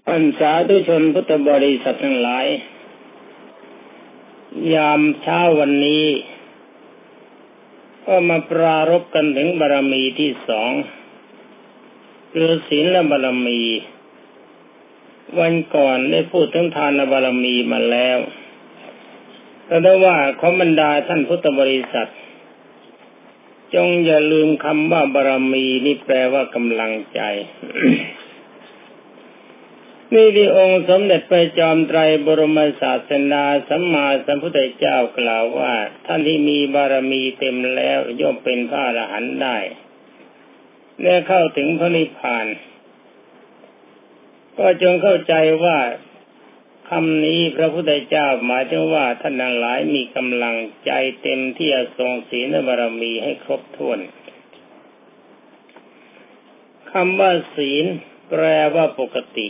ท่านสาธุชนพุทธบริษัททั้งหลายยามเช้าวันนี้ก็มาปรารภกันถึงบารมีที่สองคือศีลบารมีวันก่อนได้พูดถึงทานบารมีมาแล้วแต่ได้ว่าขอบรรดาท่านพุทธบริษัทจงอย่าลืมคำว่าบารมีนี่แปลว่ากำลังใจ นี่ที่องค์สมเด็จพระจอมไตรบรมศาสดาสัมมาสัมพุทธเจ้ากล่าวว่าท่านที่มีบารมีเต็มแล้วย่อมเป็นพระอรหันต์ได้และเข้าถึงพระนิพพานก็จงเข้าใจว่าคำนี้พระพุทธเจ้าหมายถึงว่าท่านทั้งหลายมีกำลังใจเต็มที่จะทรงศีลบารมีให้ครบถ้วนคำว่าศีลแปลว่าปกติ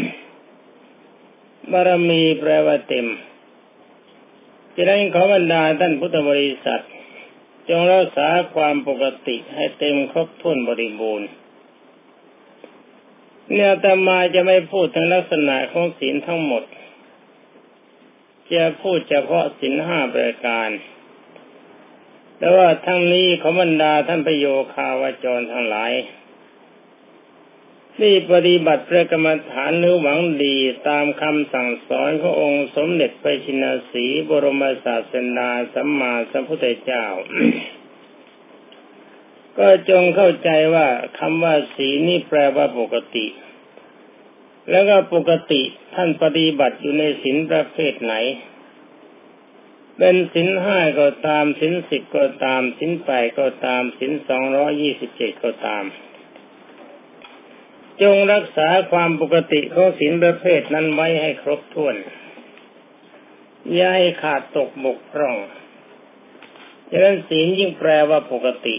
บารมีแปลว่าเต็มฉะนั้นขอบรรดาท่านพุทธบริษัทจงรักษาความปกติให้เต็มครบถ้วนบริบูรณ์เนี่ยอาตมาจะไม่พูดถึงลักษณะของศีลทั้งหมดจะพูดเฉพาะศีล5ประการแต่ว่าทั้งนี้ขอบรรดาท่านประโยคาวจรทั้งหลายที่ปฏิบัติพระกรรมฐานหรือหวังดีตามคำสั่งสอนขององค์สมเด็จพระชินสีห์บรมศาสดาสัมมาสัมพุทธเจ้า ก็จงเข้าใจว่าคำว่าศีลนี่แปลว่าปกติแล้วก็ปกติท่านปฏิบัติอยู่ในศีลประเภทไหนเป็นศีล5ก็ตามศีล10ก็ตามศีล8ก็ตามศีล227ก็ตามจงรักษาความปกติของศีลประเภทนั้นไว้ให้ครบถ้วนอย่าให้ขาดตกบกพร่องฉะนั้นศีลยิ่งแปลว่าปกติ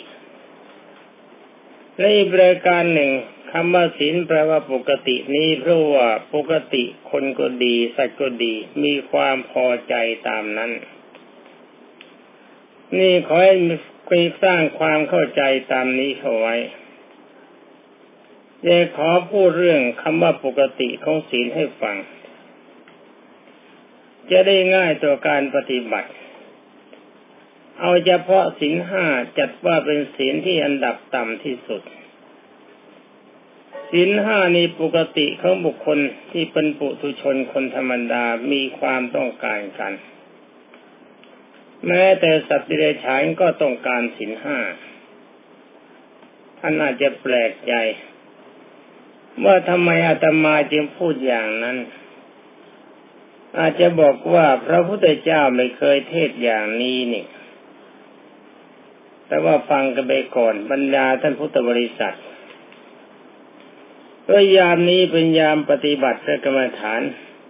และอีกประการหนึ่งคำว่าศีลแปลว่าปกตินี้เพราะว่าปกติคนก็ดีสัตว์ก็ดีมีความพอใจตามนั้นนี่ขอให้มีสร้างความเข้าใจตามนี้เข้าไว้จะขอพูดเรื่องคำว่าปกติของศีลให้ฟังจะได้ง่ายต่อการปฏิบัติเอาเฉพาะศีล5จัดว่าเป็นศีลที่อันดับต่ำที่สุดศีล5นี้ปกติของบุคคลที่เป็นปุถุชนคนธรรมดามีความต้องการกันแม้แต่สัตว์เดรัจฉานก็ต้องการศีล5ท่านอาจจะแปลกใจว่าทำไมอาตมาจึงพูดอย่างนั้นอาจจะบอกว่าพระพุทธเจ้าไม่เคยเทศอย่างนี้นี่แต่ว่าฟังกันไปก่อนบรรดาท่านพุทธบริษัทยามนี้เป็นยามปฏิบัติพระกรรมฐาน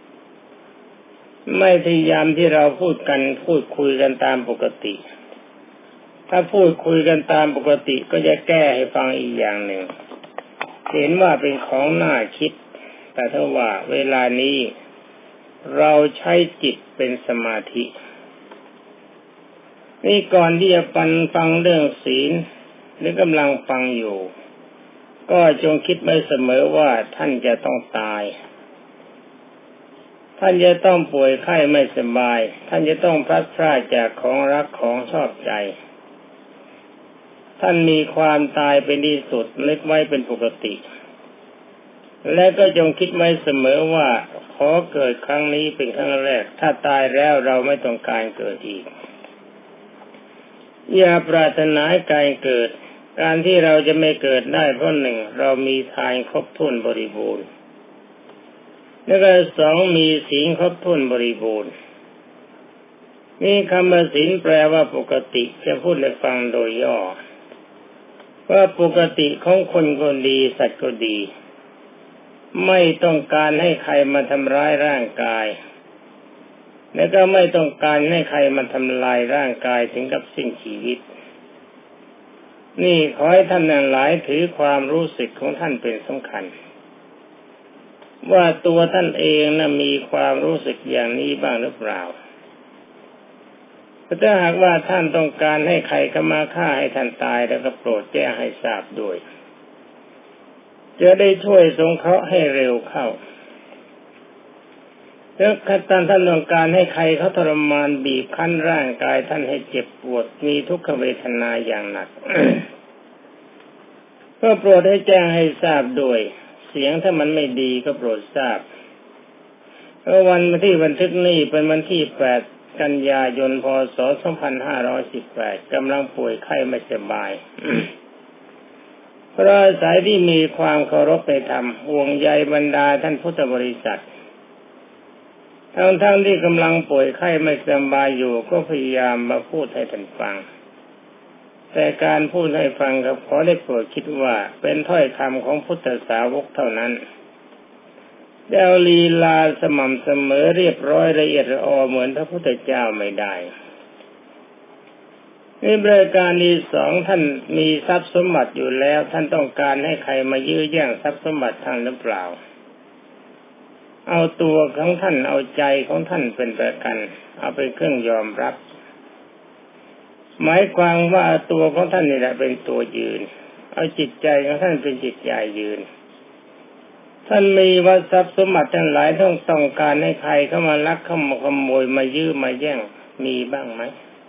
ไม่ใช่ยามที่เราพูดคุยกันตามปกติถ้าพูดคุยกันตามปกติก็จะแก้ให้ฟังอีกอย่างหนึ่งเห็นว่าเป็นของน่าคิดแต่ถ้าว่าเวลานี้เราใช้จิตเป็นสมาธินี่ก่อนที่จะฟังเรื่องศีลหรือกำลังฟังอยู่ก็จงคิดไว้เสมอว่าท่านจะต้องตายท่านจะต้องป่วยไข้ไม่สบายท่านจะต้องพลัดพรากจากของรักของชอบใจท่านมีความตายเป็นที่สุดนึกไว้เป็นปกติและก็จงคิดไว้เสมอว่าขอเกิดครั้งนี้เป็นครั้งแรกถ้าตายแล้วเราไม่ต้องการเกิดอีกอย่าปรารถนาการเกิดการที่เราจะไม่เกิดได้เพราะหนึ่งเรามีทานครบถ้วนบริบูรณ์และก็สองมีศีลครบถ้วนบริบูรณ์นี่คำว่าศีลแปลว่าปกติจะพูดให้ฟังโดยย่อว่าปกติของคนก็ดีสัตว์ก็ดีไม่ต้องการให้ใครมาทำร้ายร่างกายและก็ไม่ต้องการให้ใครมาทำลายร่างกายถึงกับสิ้นชีวิตนี่ขอให้ท่านทั้งหลายถือความรู้สึกของท่านเป็นสำคัญว่าตัวท่านเองนะมีความรู้สึกอย่างนี้บ้างหรือเปล่าถ้าหากว่าท่านต้องการให้ใครเข้ามาฆ่าให้ท่านตายแล้วก็โปรดแจ้งให้ทราบด้วยจะได้ช่วยสงเคราะห์ให้เร็วเข้าแล้วท่านต้องการให้ใครเขาทรมานบีบคั้นร่างกายท่านให้เจ็บปวดมีทุกขเวทนาอย่างหนัก ก็โปรดให้แจ้งให้ทราบโดยเสียงถ้ามันไม่ดีก็โปรดทราบวันที่บันทึกนี้เป็นวันที่ 8 กันยายน พ.ศ. 2518 กำลังป่วยไข้ไม่สบาย เพราะอาศัยที่มีความเคารพในธรรมห่วงใยบรรดาท่านพุทธบริษัททั้งที่กำลังป่วยไข้ไม่สบายอยู่ก็พยายามมาพูดให้ท่านฟังแต่การพูดให้ฟังกับขอได้โปรดคิดว่าเป็นถ้อยคำของพุทธสาวกเท่านั้นแล้วลีลาสม่ำเสมอเรียบร้อยละเอียดละออเหมือนพระพุทธเจ้าไม่ได้ในบริการที่สองท่านมีทรัพย์สมบัติอยู่แล้วท่านต้องการให้ใครมายื้อแย่งทรัพย์สมบัติท่านหรือเปล่าเอาตัวของท่านเอาใจของท่านเป็นประกันเอาเป็นเครื่องยอมรับหมายความว่าตัวของท่านนี่แหละเป็นตัวยืนเอาจิตใจของท่านเป็นจิตใจยืนท่านมีว่าทรัพย์สมบัติทั้งหลายต้องการให้ใครเข้ามาลักเข้ามาขโมยมายื้อมาแย่งมีบ้างไหม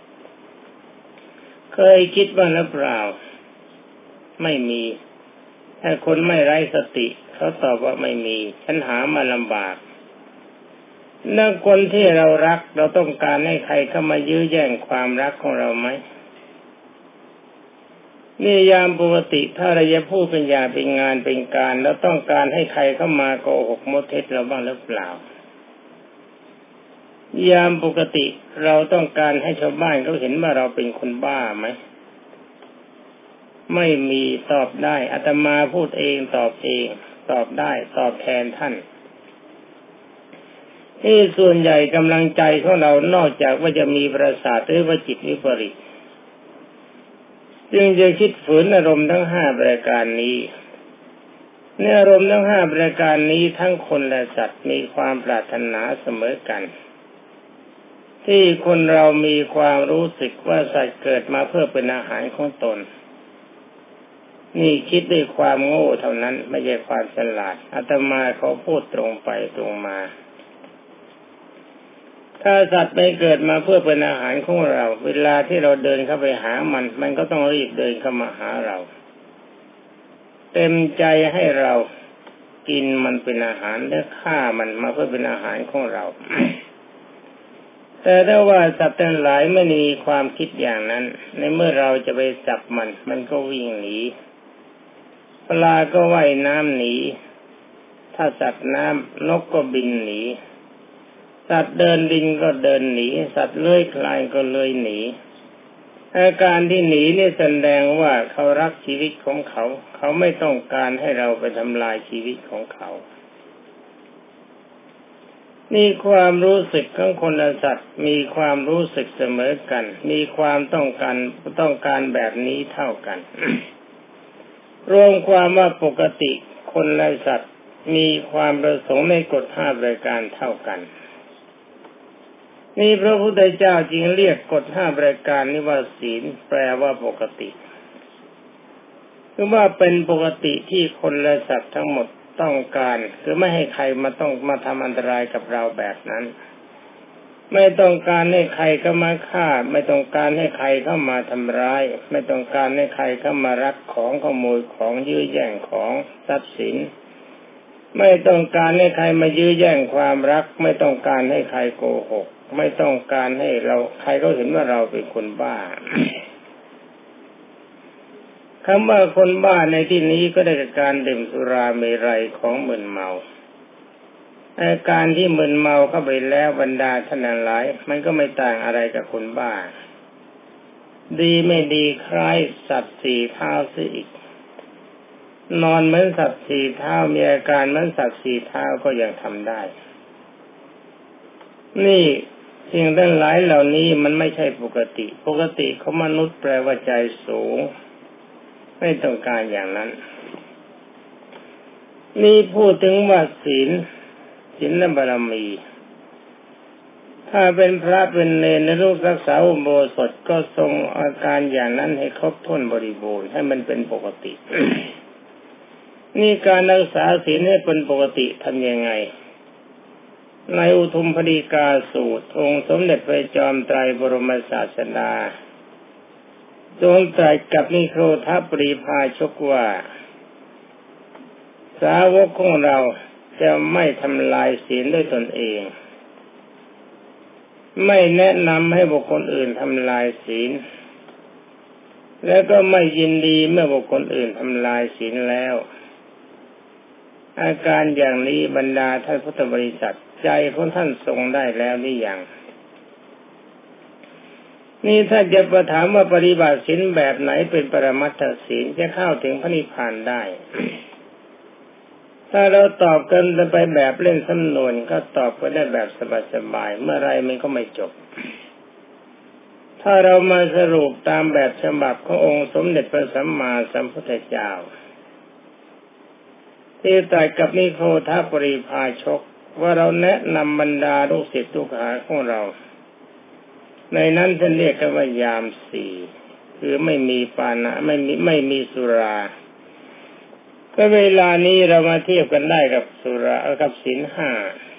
เคยคิดบ้างหรือเปล่าไม่มีถ้าคนไม่ไร้สติเขาตอบว่าไม่มีฉันหามาลำบากนักคนที่เรารักเราต้องการให้ใครเข้ามายื้อแย่งความรักของเราไหมนี่ยามปกติถ้าเราจะพูดเป็นอย่างเป็นงานเป็นการเราต้องการให้ใครเข้ามาโกหกมดเท็จเราบ้างหรือเปล่ายามปกติเราต้องการให้ชาวบ้านเขาเห็นว่าเราเป็นคนบ้าไหมไม่มีตอบได้อาตมาพูดเองตอบเองตอบได้ตอบแทนท่านที่ส่วนใหญ่กำลังใจของเรานอกจากว่าจะมีประสาทหรือว่าจิตวิปริตจึงจะคิดฝืนอารมณ์ทั้ง5ประการนี้ในอารมณ์ทั้ง5ประการนี้ทั้งคนและสัตว์มีความปรารถนาเสมอกันที่คนเรามีความรู้สึกว่าสัตว์เกิดมาเพื่อเป็นอาหารของตนนี่คิดด้วยความโง่เท่านั้นไม่ใช่ความฉลาดอาตมาเขาพูดตรงไปตรงมาถ้าสัตว์ไม่เกิดมาเพื่อเป็นอาหารของเราเวลาที่เราเดินเข้าไปหามันก็ต้องรีบเดินเข้ามาหาเราเต็มใจให้เรากินมันเป็นอาหารและฆ่ามันมาเพื่อเป็นอาหารของเรา แต่ถ้าว่าสัตว์ทั้งหลายไม่มีความคิดอย่างนั้นในเมื่อเราจะไปจับมันก็วิ่งหนีปลาก็ว่ายน้ำหนีถ้าสัตว์น้ำนกก็บินหนีสัตว์เดินดินก็เดินหนีสัตว์เลื้อยคลานก็เลื้อยหนีอาการที่หนีนี่แสดงว่าเขารักชีวิตของเขาเขาไม่ต้องการให้เราไปทำลายชีวิตของเขานี่ความรู้สึกของคนและสัตว์มีความรู้สึกเสมอกันมีความต้องการแบบนี้เท่ากัน รวมความว่าปกติคนและสัตว์มีความประสงค์ในกฎ5ประการเท่ากันนี่พระพุทธเจ้าจึงเรียกกฎ5ประการนี้ว่าศีลแปลว่าปกติคือว่าเป็นปกติที่คนและสัตว์ทั้งหมดต้องการคือไม่ให้ใครมาทำอันตรายกับเราแบบนั้นไม่ต้องการให้ใครเข้ามาฆ่าไม่ต้องการให้ใครเข้ามาทำร้ายไม่ต้องการให้ใครเข้ามารักของขโมยของยื้อแย่งของทรัพย์สินไม่ต้องการให้ใครมายื้อแย่งความรักไม่ต้องการให้ใครโกหกไม่ต้องการให้ใครเขาเห็นว่าเราเป็นคนบ้า คำว่าคนบ้าในที่นี้ก็ได้แก่การดื่มสุราเมรัยของมึนเมาอาการที่มึนเมาเข้าไปแล้วบรรดาท่านหลายมันก็ไม่ต่างอะไรกับคนบ้าดีไม่ดีคล้ายสัตว์4 เท้าซะอีกนอนเหมือนสัตว์4 เท้ามีอาการเหมือนสัตว์4 เท้าก็ยังทำได้นี่สิ่งทั้งหลายเหล่านี้มันไม่ใช่ปกติของมนุษย์แปลว่าใจสูงไม่ต้องการอย่างนั้นนี่พูดถึงว่าศีลและบารมีถ้าเป็นพระเป็นเณรในรูปรักษาอุโบสถก็ทรงอาการอย่างนั้นให้ครบถ้วนบริบูรณ์ให้มันเป็นปกติ นี่การรักษาศีลให้เป็นปกติทำยังไงในอุทุมพดีกาสูตรองค์สมเด็จพระจอมไตรบรมศาสดาทรงตรัสกับนิโครธปริภาชกว่าสาวกของเราจะไม่ทำลายศีลด้วยตนเองไม่แนะนำให้บุคคลอื่นทำลายศีลแล้วก็ไม่ยินดีเมื่อบุคคลอื่นทำลายศีลแล้วอาการอย่างนี้บรรดาท่านพุทธบริษัทใจของท่านทรงได้แล้วหรือยังนี่ถ้าจะประถามว่าปฏิบัติศีลแบบไหนเป็นปรมัตถศีลจะเข้าถึงพระนิพพานได้ ถ้าเราตอบกันไปแบบเล่นสำนวนก็ตอบไปได้แบบสบายๆเมื่อไรมันก็ไม่จบถ้าเรามาสรุปตามแบบฉบับขององค์สมเด็จพระสัมมาสัมพุทธเจ้าที่ตรัสกับนิโครธปริภาชกว่าเราแนะนำบรรดาลูกศิษย์ลูกหาของเราในนั้นท่านเรียกกันว่ายามสี่คือไม่มีปานะไม่มีสุราก็เวลานี้เรามาเทียบกันได้กับสุรากับศีลห้า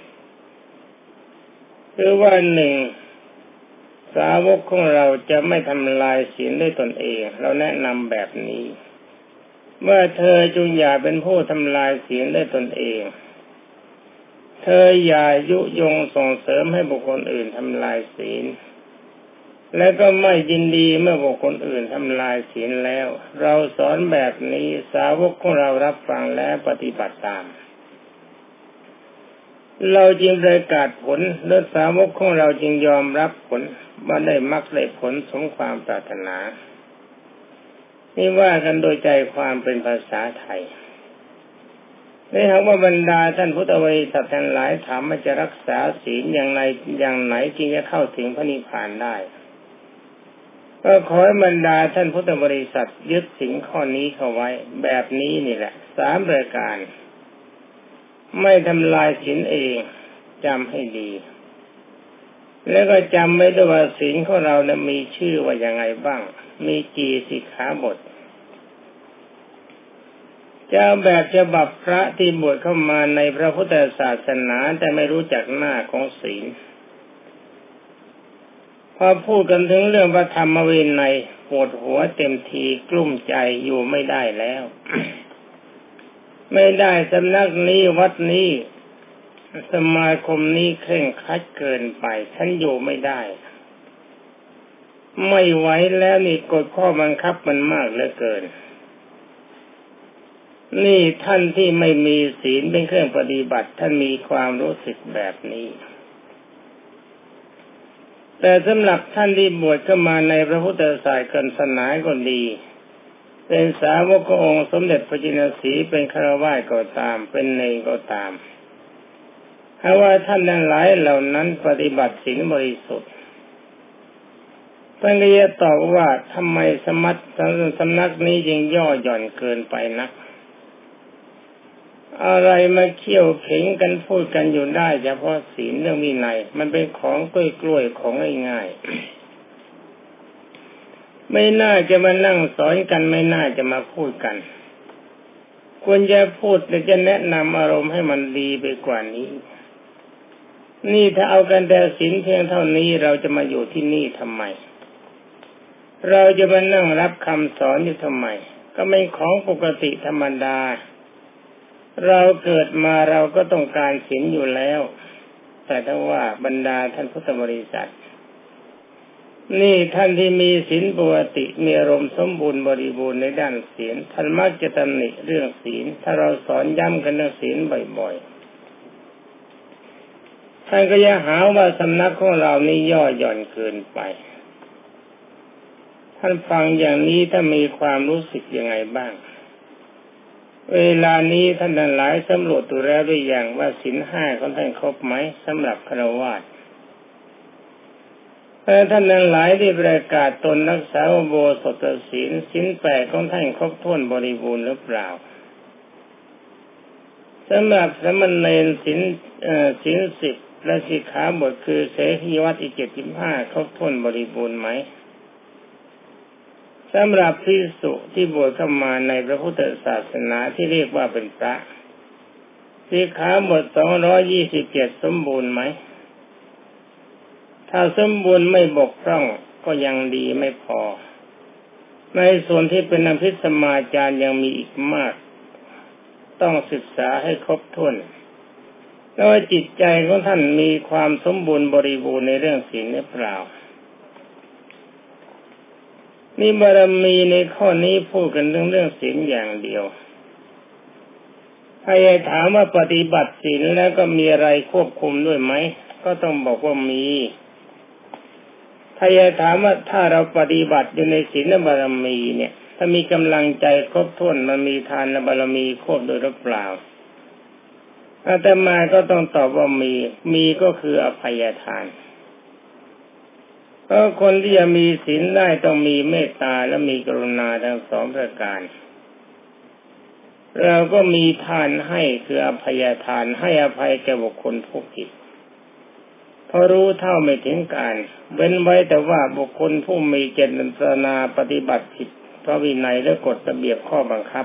คือว่าหนึ่งสาวกของเราจะไม่ทำลายศีลด้วยตนเองเราแนะนำแบบนี้เมื่อเธอจงอย่าเป็นผู้ทำลายศีลด้วยตนเองเธออย่ายุยงส่งเสริมให้บุคคลอื่นทำลายศีลและก็ไม่ยินดีเมื่อบุคคลอื่นทำลายศีลแล้วเราสอนแบบนี้สาวกของเรารับฟังและปฏิบัติตามเราจึงประกาศผลและสาวกของเราจึงยอมรับผลว่าได้มรรคได้ผลสมความปรารถนานี่ว่ากันโดยใจความเป็นภาษาไทยได้หากว่าบรรดาท่านพุทธบริษัททั้งหลายถามว่าจะรักษาศีลอย่างไหนจึงจะเข้าถึงพระนิพพานได้ก็ขอให้บรรดาท่านพุทธบริษัทยึดศีลข้อนี้เข้าไว้แบบนี้นี่แหละ3ประการไม่ทำลายศีลเองจำให้ดีแล้วก็จำไว้ด้วยว่าศีลของเรานะมีชื่อว่ายังไงบ้างมีกี่สิกขาบทจะแบบฉบับพระที่บวชเข้ามาในพระพุทธศาสนาแต่ไม่รู้จักหน้าของศีลพอพูดกันถึงเรื่องพระธรรมวินัยปวดหัวเต็มทีกลุ้มใจอยู่ไม่ได้แล้ว ไม่ได้สำนักนี้วัดนี้สมาคมนี้เคร่งครัดเกินไปฉันอยู่ไม่ได้ไม่ไหวแล้วนี่กฎข้อบังคับมันมากเหลือเกินนี่ท่านที่ไม่มีศีลเป็นเครื่องปฏิบัติท่านมีความรู้สึกแบบนี้แต่สำหรับท่านที่บวชเข้ามาในพระพุทธศาสนาก็ดีเป็นสาวกขององค์สมเด็จพระจินสีห์เป็นฆราวาสก็ตามเป็นเณรก็ตามเพราะว่าท่านทั้งหลายเหล่านั้นปฏิบัติศีลบริสุทธิ์ท่านก็จะตอบว่าทำไมสำนักนี้จึงย่อหย่อนเกินไปนักอะไรมาเขี่ยวเข็งกันพูดกันอยู่ได้เฉพาะศีลเรื่องวินัยมันเป็นของกล้วยๆของง่ายๆไม่น่าจะมานั่งสอนกันไม่น่าจะมาพูดกันควรจะพูดแต่จะแนะนำอารมณ์ให้มันดีไปกว่านี้นี่ถ้าเอากันแต่ศีลเพียงเท่านี้เราจะมาอยู่ที่นี่ทำไมเราจะมานั่งรับคำสอนอยู่ทำไมก็เป็นของปกติธรรมดาเราเกิดมาเราก็ต้องการศีลอยู่แล้วแต่ถ้าว่าบรรดาท่านพุทธบริษัทนี่ท่านที่มีศีลปกติมีอารมณ์สมบูรณ์บริบูรณ์ในด้านศีลท่านมักจะตำหนิเรื่องศีลถ้าเราสอนย้ำกันเรื่องศีลบ่อยๆท่านก็จะหาว่าสำนักของเรานี่ย่อหย่อนเกินไปท่านฟังอย่างนี้ถ้ามีความรู้สึกยังไงบ้างเวลานี้ท่านทั้งหลายสำรวจดูแล้วหรือยังว่าศีล5ของท่านครบไหมสำหรับฆราวาสท่านทั้งหลายได้ประกาศตนรักษาอุโบสถศีลศีล8ของท่านครบถ้วนบริบูรณ์หรือเปล่าสำหรับสมณเณรศีล10และสิกขาบทคือเสขีวัตรอีก75ครบถ้วนบริบูรณ์ไหมสำหรับภิกษุที่บวชเข้ามาในพระพุทธศาสนาที่เรียกว่าเป็นพระสิกขาบท227สมบูรณ์ไหมถ้าสมบูรณ์ไม่บกพร่องก็ยังดีไม่พอในส่วนที่เป็นอภิสมาจารยังมีอีกมากต้องศึกษาให้ครบถ้วนแล้วจิตใจของท่านมีความสมบูรณ์บริบูรณ์ในเรื่องศีลหรือเปล่านี่บารมีในข้อนี้พูดกันเรื่องศีลอย่างเดียวถ้าจะถามว่าปฏิบัติศีลแล้วก็มีอะไรควบคุมด้วยไหมก็ต้องบอกว่ามีถ้าจะถามว่าถ้าเราปฏิบัติอยู่ในศีลบารมีเนี่ยถ้ามีกำลังใจครบถ้วนมันมีทานบารมีควบด้วยหรือเปล่าอาตมาก็ต้องตอบว่ามีก็คืออภัยทานเพราะคนที่จะมีศีลได้ต้องมีเมตตาและมีกรุณาทั้งสองประการเราก็มีทานให้คืออภัยทานให้อภัยแก่บุคคลผู้ผิดเพราะรู้เท่าไม่ถึงการเว้นไว้แต่ว่าบุคคลผู้มีเจตนาปฏิบัติผิดพระวินัยและกฎระเบียบข้อบังคับ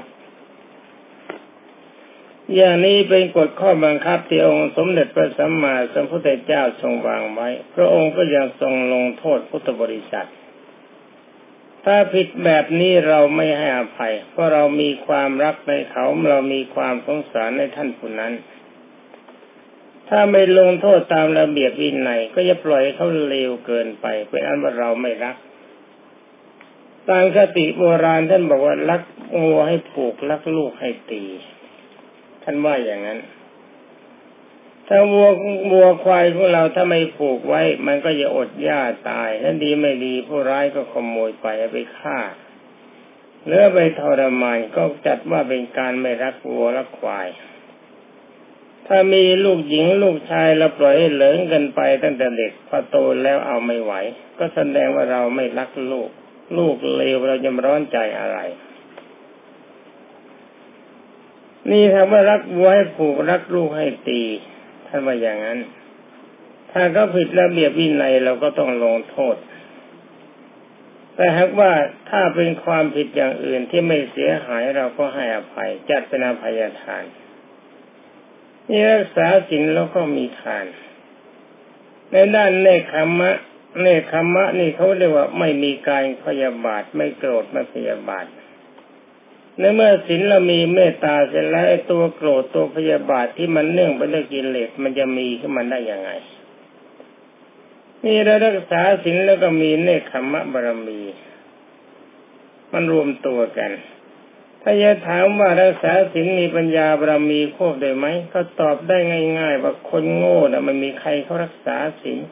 อย่างนี้เป็นกฎข้อบังคับที่องค์สมเด็จพระสัมมาสัมพุทธเจ้าทรงวางไว้พระองค์ก็ยังทรงลงโทษพุทธบริษัทถ้าผิดแบบนี้เราไม่ให้อภัยเพราะเรามีความรักในเขาเรามีความสงสารในท่านผู้นั้นถ้าไม่ลงโทษตามระเบียบวินัยก็จะปล่อยเขาเลวเกินไปเป็นอันว่าเราไม่รักตามคติโบราณท่านบอกว่ารักงัวให้ผูกรักลูกให้ตีท่านว่าอย่างนั้นถ้าวัวควายของเราถ้าไม่ผูกไว้มันก็จะอดหญ้าตายถ้าดีไม่ดีผู้ร้ายก็ขโมยไปเอาไปฆ่าหรือไปทรมานก็จัดว่าเป็นการไม่รักวัวรักควายถ้ามีลูกหญิงลูกชายเราปล่อยให้เหลิงกันไปตั้งแต่เด็กพอโตแล้วเอาไม่ไหวก็แสดงว่าเราไม่รักลูกเลวเราจะร้อนใจอะไรนี่ถ้าว่ารักวัวให้ผูกรักลูกให้ตีท่านว่าอย่างนั้นถ้าเขาผิดระเบียบวินัยเราก็ต้องลงโทษแต่หากว่าถ้าเป็นความผิดอย่างอื่นที่ไม่เสียหายเราก็ให้อภัยจัดเป็นอภัยทานนี่รักษาศีลแล้วก็มีทานในด้านเนคขมะนี่เขาเรียกว่าไม่มีการพยาบาทไม่โกรธไม่พยาบาทในเมื่อศีลเรามีเมตตาเสร็จแล้วไอ้ตัวโกรธตัวพยาบาทที่มันเนื่องไปด้วยกิเลสมันจะมีขึ้นมาได้ยังไงนี่เรารักษาศีลแล้วก็มีเนคขมะบารมีมันรวมตัวกันถ้าจะถามว่ารักษาศีลมีปัญญาบารมีควบได้ไหมก็ตอบได้ง่ายๆว่าคนโง่น่ะมันมีใครเขารักษาศีล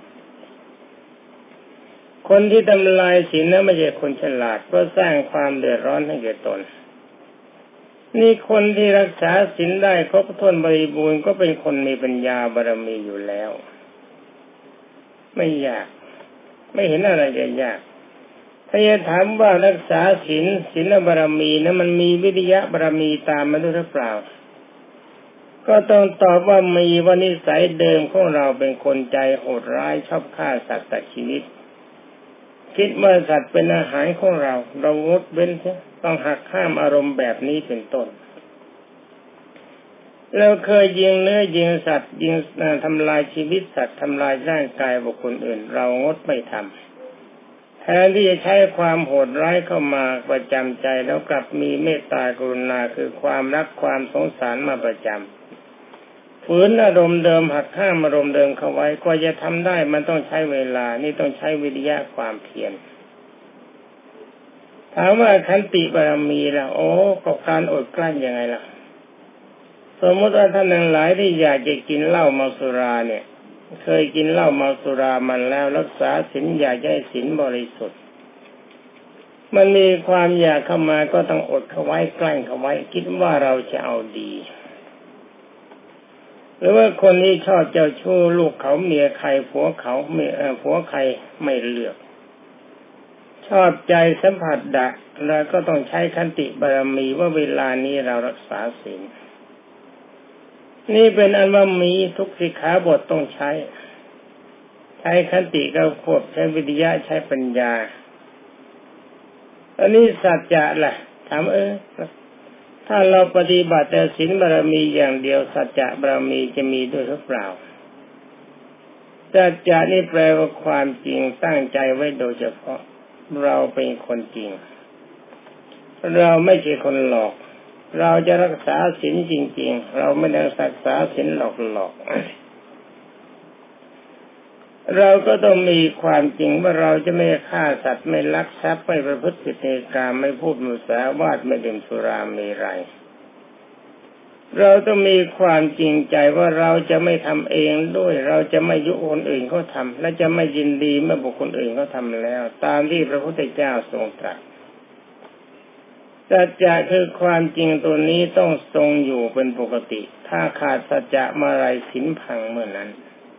คนที่ทำลายศีลนั้นไม่ใช่คนฉลาดก็สร้างความเดือดร้อนให้แก่ตนนี่คนที่รักษาศีลได้ครบถ้วนบริบูรณ์ก็เป็นคนมีปัญญาบารมีอยู่แล้วไม่ยากไม่เห็นอะไรจะยากถ้าจะถามว่ารักษาศีลบารมีนั้นมันมีวิริยะบารมีตามมาด้วยหรือเปล่าก็ต้องตอบว่ามีว่านิสัยเดิมของเราเป็นคนใจโหดร้ายชอบฆ่าสัตว์ตัดชีวิตคิดว่าสัตว์เป็นอาหารของเรางดเว้นเสียต้องหักห้ามอารมณ์แบบนี้เป็นต้นเราเคยยิงเนื้อยิงสัตว์ยิงทำลายชีวิตสัตว์ทำลายร่างกายบุคคลอื่นเรางดไม่ทำแทนที่จะใช้ความโหดร้ายเข้ามาประจำใจแล้วกลับมีเมตตากรุณาคือความรักความสงสารมาประจำฝืนอารมณ์เดิมหักห้ามอารมณ์เดิมเข้าไว้กว่าจะทำได้มันต้องใช้เวลานี่ต้องใช้วิริยะความเพียรถามว่าขันติบารมีล่ะก็การอดกลั้นยังไงล่ะสมมติว่าท่านทั้งหลายที่อยากจะกินเหล้าเมาสุราเนี่ยเคยกินเหล้าเมาสุรามันแล้วรักษาศีลอยากให้ศีลบริสุทธิ์มันมีความอยากเข้ามาก็ต้องอดเข้าไว้กลั้นเข้าไว้คิดว่าเราจะเอาดีหรือว่าคนที่ชอบเจ้าชู้ลูกเขาเมียใครผัวเขาเมียผัวใครไม่เลือกชอบใจสัมผัสดะแล้วก็ต้องใช้ขันติบารมีว่าเวลานี้เรารักษาศีลนี่เป็นอันว่ามีทุกสิกขาบทต้องใช้ขันติก็ควบใช้วิทยาใช้ปัญญาอันนี้สัจจะล่ะถามถ้าเราปฏิบัติแต่ศีลบารมีอย่างเดียวสัจจะบารมีจะมีด้วยหรือเปล่าสัจจะนี่แปลว่าความจริงตั้งใจไว้โดยเฉพาะเราเป็นคนจริงเราไม่ใช่คนหลอกเราจะรักษาศีลจริงๆเราไม่ได้รักษาศีลหลอกเราก็ต้องมีความจริงว่าเราจะไม่ฆ่าสัตว์ไม่ลักทรัพย์ไม่ประพฤติผิดในกามไม่พูดมุสาวาทไม่ดื่มสุราเมรัยเราต้องมีความจริงใจว่าเราจะไม่ทำเองด้วยเราจะไม่ยุคนอื่นเขาทำและจะไม่ยินดีเมื่อบุคคลอื่นเขาทำแล้วตามที่พระพุทธเจ้าทรงตรัสสัจจะคือความจริงตัวนี้ต้องทรงอยู่เป็นปกติถ้าขาดสัจจะเมื่อไรศีลพังเมื่อนั้น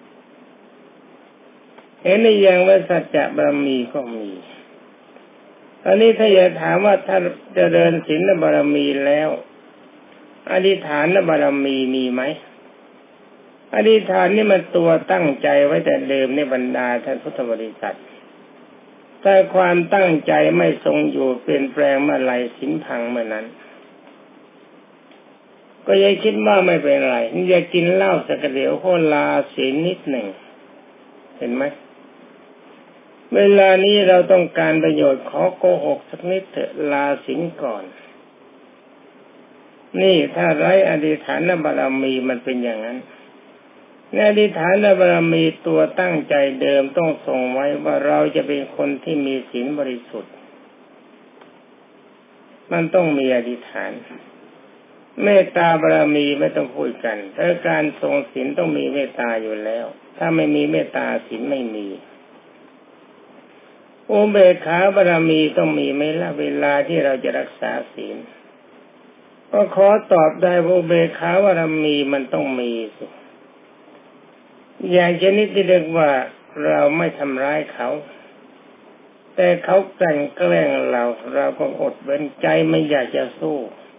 เห็นในอย่างว่าสัจจะบารมีก็มีอันนี้ถ้าอยากถามว่าถ้าเจริญศีลบารมีแล้วอธิษฐานบารมีมีไหมอธิษฐานนี่มันตัวตั้งใจไว้แต่เดิมในบรรดาท่านพุทธบริษัทแต่ความตั้งใจไม่ทรงอยู่เปลี่ยนแปลงเมื่อไรศีลพังเมื่อนั้นก็อย่าคิดว่าไม่เป็นไรอย่ากินเหล้าสักเดี๋ยวโคลาศีลนิดหนึ่งเห็นไหมเวลานี้เราต้องการประโยชน์ขอโกหกสักนิดเถอะลาศีลก่อนนี่ถ้าไร้อธิษฐานบารมีมันเป็นอย่างนั้นในอธิษฐานบารมีตัวตั้งใจเดิมต้องทรงไว้ว่าเราจะเป็นคนที่มีศีลบริสุทธิ์มันต้องมีอธิษฐานเมตตาบารมีไม่ต้องพูดกันถ้าการทรงศีลต้องมีเมตตาอยู่แล้วถ้าไม่มีเมตตาศีลไม่มีอุเบกขาบารมีต้องมีไหมล่ะเวลาที่เราจะรักษาศีลก็ขอตอบได้ว่าอุเบกขาบารมีมันต้องมีสิอย่างชนิดที่เรียกว่าเราไม่ทำร้ายเขาแต่เขาแกล้งเราก็อดเว้นใจไม่อยากจะสู้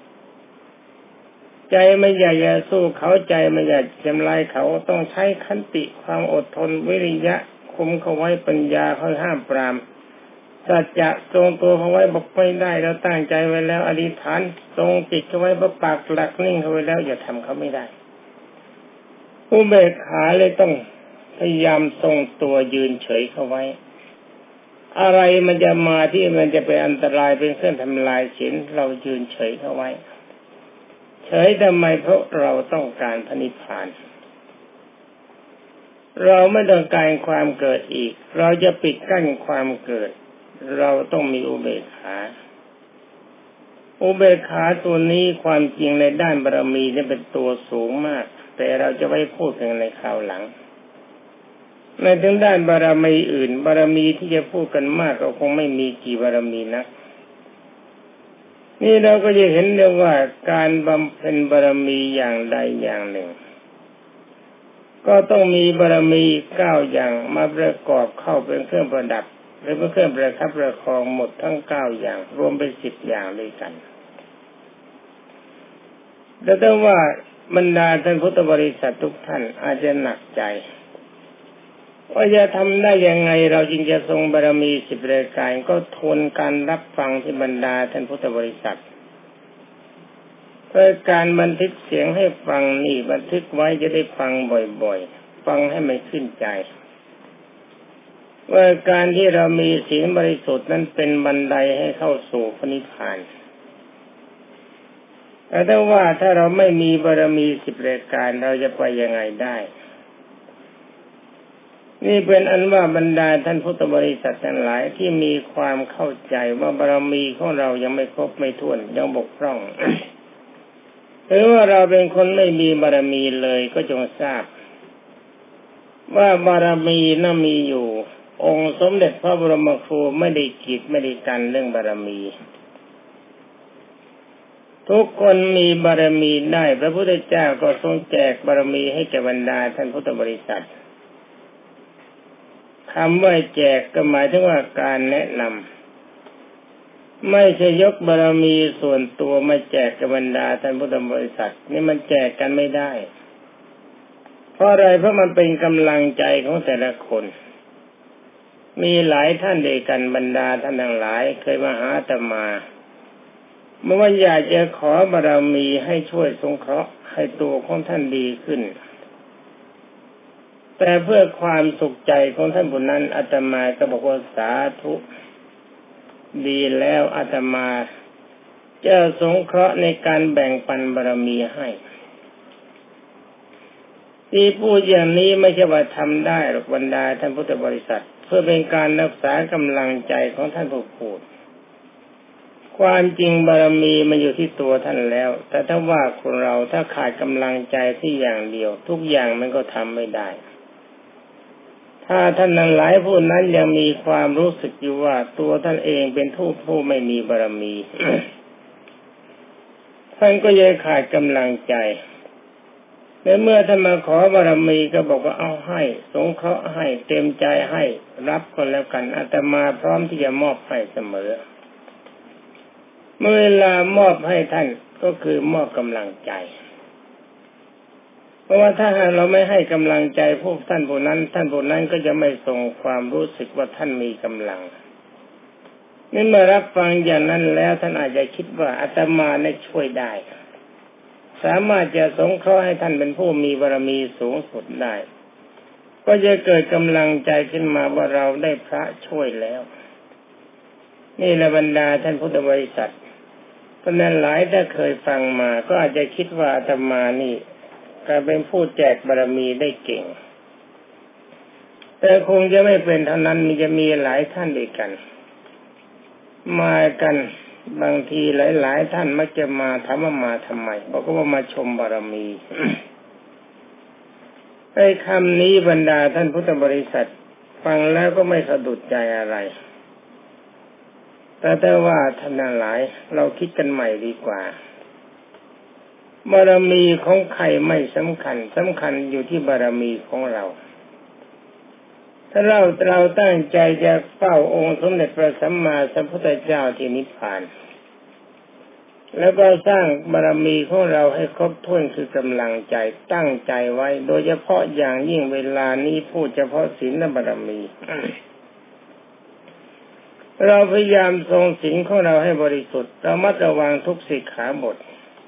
ใจไม่อยากจะสู้เขาใจไม่อยากทำร้ายเขาต้องใช้ขันติความอดทนวิริยะคุมเขาไว้ปัญญาเขาห้ามปรามสัจจะทรงตัวเขาไว้บอกไม่ได้แล้วตั้งใจไว้แล้วอธิษฐานทรงจิตเขาไว้ประปากหลักนิ่งเขาไว้แล้วอย่าทำเขาไม่ได้อุเบกขาเลยต้องพยายามทรงตัวยืนเฉยเขาไว้อะไรมันจะมาที่มันจะเป็นอันตรายเป็นเครื่องทำลายศีลเรายืนเฉยเขาไว้เฉยทำไมเพราะเราต้องการพระนิพพานเราไม่ต้องการความเกิดอีกเราจะปิดกั้นความเกิดเราต้องมีอุเบกขาอุเบกขาตัวนี้ความจริงในด้านบารมีเนี่ยเป็นตัวสูงมากแต่เราจะไม่พูดถึงในคราวหลังในทางด้านบารมีอื่นบารมีที่จะพูดกันมากก็คงไม่มีกี่บารมีนักนี่เราก็จะเห็นได้ว่าการบำเพ็ญบารมีอย่างใดอย่างหนึ่งก็ต้องมีบารมี9อย่างมาประกอบเข้าเป็นเครื่องประดับหรือเป็นเครื่องประคับประคองหมดทั้ง9อย่างรวมเป็น10อย่างด้วยกันแต่ถ้าว่าบรรดาท่านพุทธบริษัททุกท่านอาจจะหนักใจว่าจะทำได้ยังไงเราจึงจะทรงบารมี10รายการก็ทนการรับฟังที่บรรดาท่านพุทธบริษัทเพื่อการบันทึกเสียงให้ฟังนี่บันทึกไว้จะได้ฟังบ่อยๆฟังให้มันขึ้นใจว่าการที่เรามีศีลบริสุทธิ์นั้นเป็นบันไดให้เข้าสู่พระนิพพานแต่ถ้าเราไม่มีบารมี10รายการเราจะไปยังไงได้นี่เป็นอันว่าบรรดาท่านพุทธบริษัททั้งหลายที่มีความเข้าใจว่าบารมีของเรายังไม่ครบไม่ถ้วนยังบกพร่อง หรือว่าเราเป็นคนไม่มีบารมีเลยก็จงทราบว่าบารมีน่ะมีอยู่องค์สมเด็จพระบรมครูไม่ได้กีดไม่ได้กันเรื่องบารมีทุกคนมีบารมีได้พระพุทธเจ้าก็ทรงแจกบารมีให้แก่บรรดาท่านพุทธบริษัทคำว่าแจกก็หมายถึงว่าการแนะนำไม่ใช่ยกบารมีส่วนตัวมาแจกกับบรรดาท่านพุทธบริษัทนี่มันแจกกันไม่ได้เพราะอะไรเพราะมันเป็นกำลังใจของแต่ละคนมีหลายท่านเดียวกันบรรดาท่านทั้งหลายเคยมาหาอาตมาเมื่อว่าอยากจะขอบารมีให้ช่วยสงเคราะห์ให้ตัวของท่านดีขึ้นแต่เพื่อความสุขใจของท่านผู้นั้นอาตมาก็บอกว่าสาธุดีแล้วอาตมาจะสงเคราะห์ในการแบ่งปันบารมีให้ที่พูดอย่างนี้ไม่ใช่ว่าทำได้หรอกบรรดาท่านพุทธบริษัทเพื่อเป็นการรักษากำลังใจของท่านผู้พูดความจริงบารมีมันอยู่ที่ตัวท่านแล้วแต่ถ้าว่าคนเราถ้าขาดกำลังใจที่อย่างเดียวทุกอย่างมันก็ทำไม่ได้ถ้าท่านนั้นหลายผู้นั้นยังมีความรู้สึกอยู่ว่าตัวท่านเองเป็นผู้ไม่มีบารมี ท่านก็ยังขาดกำลังใจในเมื่อท่านมาขอบารมีก็บอกว่าเอาให้สงเคราะห์ให้เต็มใจให้รับก็แล้วกันอาตมาพร้อมที่จะมอบให้เสมอเมื่อเวลามอบให้ท่านก็คือมอบกำลังใจเพราะว่าถ้าเราไม่ให้กำลังใจพวกท่านผู้นั้นท่านผู้นั้นก็จะไม่ส่งความรู้สึกว่าท่านมีกำลังนี่เมื่อรับฟังอย่างนั้นแล้วท่านอาจจะคิดว่าอาตมาเนี่ยช่วยได้สามารถจะสงเคราะห์ให้ท่านเป็นผู้มีบารมีสูงสุดได้ก็จะเกิดกำลังใจขึ้นมาว่าเราได้พระช่วยแล้วนี่แหละบรรดาท่านพุทธบริษัทเพราะนั้นหลายถ้าเคยฟังมาก็อาจจะคิดว่าอาตมานี่การเป็นผู้แจกบารมีได้เก่งแต่คงจะไม่เป็นเท่านั้นจะมีหลายท่านด้วยกันมากันบางทีหลายท่านมักจะมาถามว่ามาทำไมบอกว่ามาชมบารมี ไอ้คำนี้บรรดาท่านพุทธบริษัทฟังแล้วก็ไม่สะดุดใจอะไรแต่ว่าท่านทั้งหลายเราคิดกันใหม่ดีกว่าบารมีของใครไม่สำคัญสำคัญอยู่ที่บารมีของเราถ้าเราตั้งใจจะเฝ้าองค์สมเด็จพระสัมมาสัมพุทธเจ้าที่นิพพานแล้วก็สร้างบารมีของเราให้ครบถ้วนคือกำลังใจตั้งใจไว้โดยเฉพาะอย่างยิ่งเวลานี้พูดเฉพาะศีลบารมี เราพยายามทรงศีลของเราให้บริสุทธิ์ระมัดระวังทุกสิกขาบท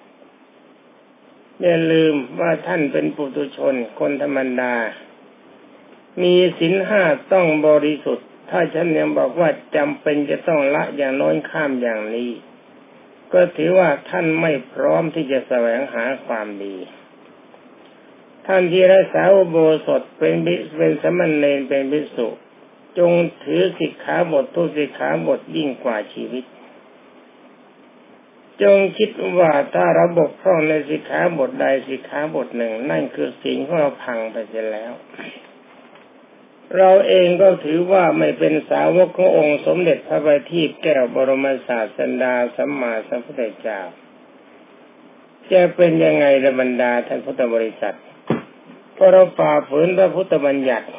อย่าลืมว่าท่านเป็นปุถุชนคนธรรมดามีศีลห้าต้องบริสุทธิ์ถ้าฉันยังบอกว่าจำเป็นจะต้องละอย่างโน้นข้ามอย่างนี้ก็ถือว่าท่านไม่พร้อมที่จะแสวงหาความดีท่านที่รักษาอุโบสถเป็นสมณเณรเป็นภิกษุจงถือสิกขาบททุกสิกขาบทยิ่งกว่าชีวิตจงคิดว่าถ้าเราบกพร่องในสิกขาบทใดสิกขาบทหนึ่งนั่นคือศีลของเราพังไปเสียแล้วเราเองก็ถือว่าไม่เป็นสาวกขององค์สมเด็จพระบัณฑิตแก้วบรมศาสดาสัมมาสัมพุทธเจ้าจะเป็นยังไงละบรรดาท่านพุทธบริษัทเพราะเราฝ่าฝืนพระพุทธบัญญัติ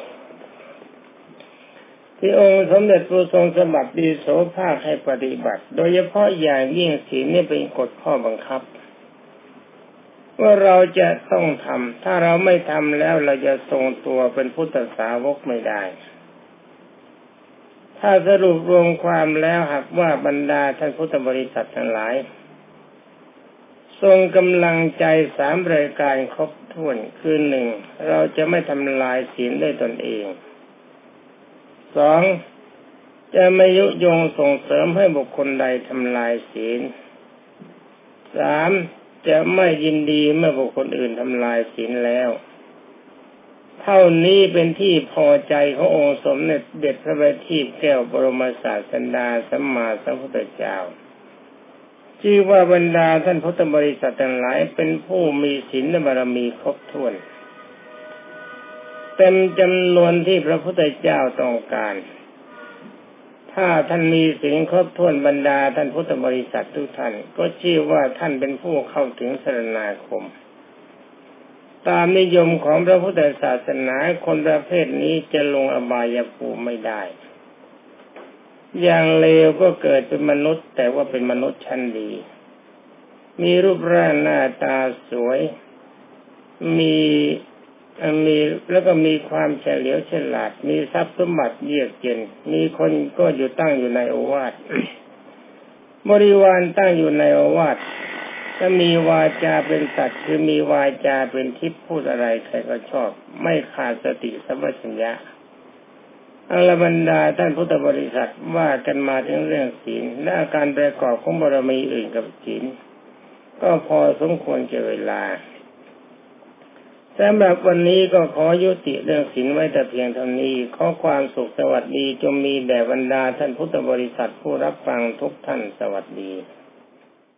ที่องค์สมเด็จพระทรงสมบัติดีโสภาคให้ปฏิบัติโดยเฉพาะอย่างยิ่งศีลนี่เป็นกฎข้อบังคับว่าเราจะต้องทำถ้าเราไม่ทำแล้วเราจะทรงตัวเป็นพุทธสาวกไม่ได้ถ้าสรุปรวมความแล้วหากว่าบรรดาท่านพุทธบริษัททั้งหลายทรงกำลังใจสามรายการครบถ้วนคือหนึ่งเราจะไม่ทำลายศีลด้วยตนเองสองจะไม่ยุยงส่งเสริมให้บุคคลใดทำลายศีลสามจะไม่ยินดีเมื่อบุคคลอื่นทำลายศีลแล้วเท่านี้เป็นที่พอใจขององค์สมเด็จพระบัณฑิตแก้วบรมศาสดาสัมมาสัมพุทธเจ้าชื่อว่าบรรดาท่านพุทธบริษัททั้งหลายเป็นผู้มีศีลและบารมีครบถ้วนเต็มจำนวนที่พระพุทธเจ้าต้องการถ้าท่านมีศีลครบถ้วนบรรดาท่านพุทธบริษัททุกท่านก็ชื่อว่าท่านเป็นผู้เข้าถึงสรณาคมตามนิยมของพระพุทธศาสนาคนประเภทนี้จะลงอบายภูมิไม่ได้อย่างเลวก็เกิดเป็นมนุษย์แต่ว่าเป็นมนุษย์ชั้นดีมีรูปร่างหน้าตาสวยมีแล้วก็มีความเฉลียวฉลาดมีทรัพย์สมบัติเยือกเย็นมีคนก็อยู่ตั้งอยู่ในโอวาทบริวารตั้งอยู่ในโอวาทถ้ามีวาจาเป็นสัตว์คือมีวาจาเป็นทิพย์พูดอะไรใครก็ชอบไม่ขาดสติสัมปชัญญะอัลบรรดาท่านพุทธบริษัทว่ากันมาถึงเรื่องศีลและอาการประกอบของบารมีอื่นกับศีลก็พอสมควรแก่เวลาสำหรับวันนี้ก็ขอยุติเรื่องศีลไว้แต่เพียงเท่านี้ขอความสุขสวัสดีจงมีแด่บรรดาท่านพุทธบริษัทผู้รับฟังทุกท่านสวัสดี